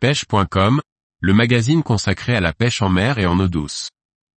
pêche.com, le magazine consacré à la pêche en mer et en eau douce.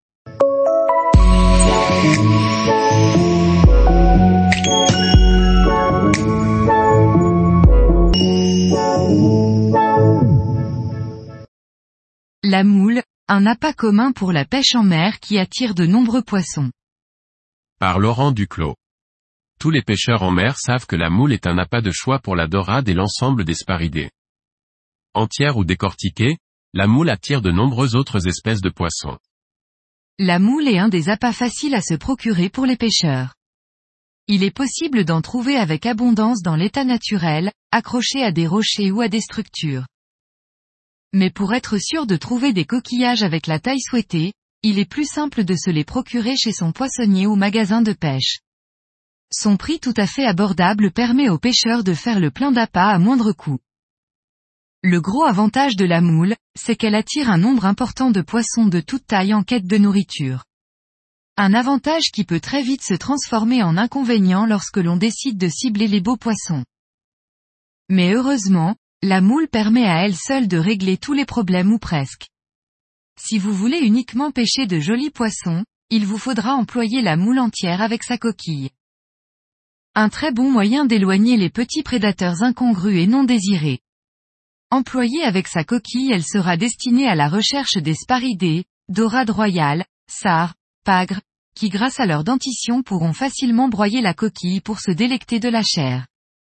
La moule, un appât commun pour la pêche en mer qui attire de nombreux poissons. Par Laurent Duclos. Tous les pêcheurs en mer savent que la moule est un appât de choix pour la dorade et l'ensemble des sparidés. Entière ou décortiquée, la moule attire de nombreuses autres espèces de poissons. La moule est un des appâts faciles à se procurer pour les pêcheurs. Il est possible d'en trouver avec abondance dans l'état naturel, accroché à des rochers ou à des structures. Mais pour être sûr de trouver des coquillages avec la taille souhaitée, il est plus simple de se les procurer chez son poissonnier ou magasin de pêche. Son prix tout à fait abordable permet aux pêcheurs de faire le plein d'appâts à moindre coût. Le gros avantage de la moule, c'est qu'elle attire un nombre important de poissons de toute taille en quête de nourriture. Un avantage qui peut très vite se transformer en inconvénient lorsque l'on décide de cibler les beaux poissons. Mais heureusement, la moule permet à elle seule de régler tous les problèmes ou presque. Si vous voulez uniquement pêcher de jolis poissons, il vous faudra employer la moule entière avec sa coquille. Un très bon moyen d'éloigner les petits prédateurs incongrus et non désirés. Employée avec sa coquille, elle sera destinée à la recherche des sparidés, dorades royales, sarres, pagres, qui grâce à leur dentition pourront facilement broyer la coquille pour se délecter de la chair.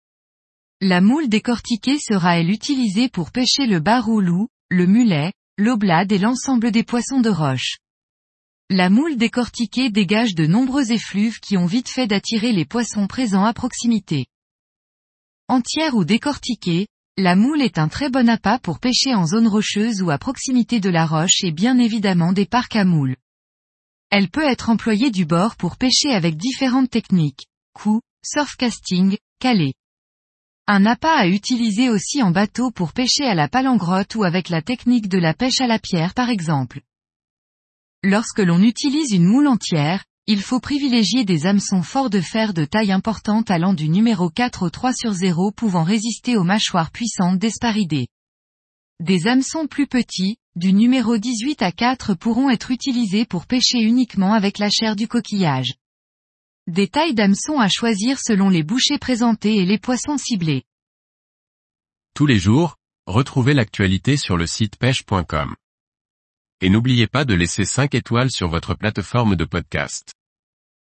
La moule décortiquée sera elle utilisée pour pêcher le bar-roulou, le mulet, l'oblade et l'ensemble des poissons de roche. La moule décortiquée dégage de nombreux effluves qui ont vite fait d'attirer les poissons présents à proximité. Entière ou décortiquée, la moule est un très bon appât pour pêcher en zone rocheuse ou à proximité de la roche et bien évidemment des parcs à moules. Elle peut être employée du bord pour pêcher avec différentes techniques, coup, surfcasting, calé. Un appât à utiliser aussi en bateau pour pêcher à la palangrotte ou avec la technique de la pêche à la pierre par exemple. Lorsque l'on utilise une moule entière, il faut privilégier des hameçons forts de fer de taille importante allant du numéro 4 au 3/0 pouvant résister aux mâchoires puissantes des sparidés. Des hameçons plus petits, du numéro 18 à 4 pourront être utilisés pour pêcher uniquement avec la chair du coquillage. Des tailles d'hameçons à choisir selon les bouchées présentées et les poissons ciblés. Tous les jours, retrouvez l'actualité sur le site pêche.com. Et n'oubliez pas de laisser 5 étoiles sur votre plateforme de podcast.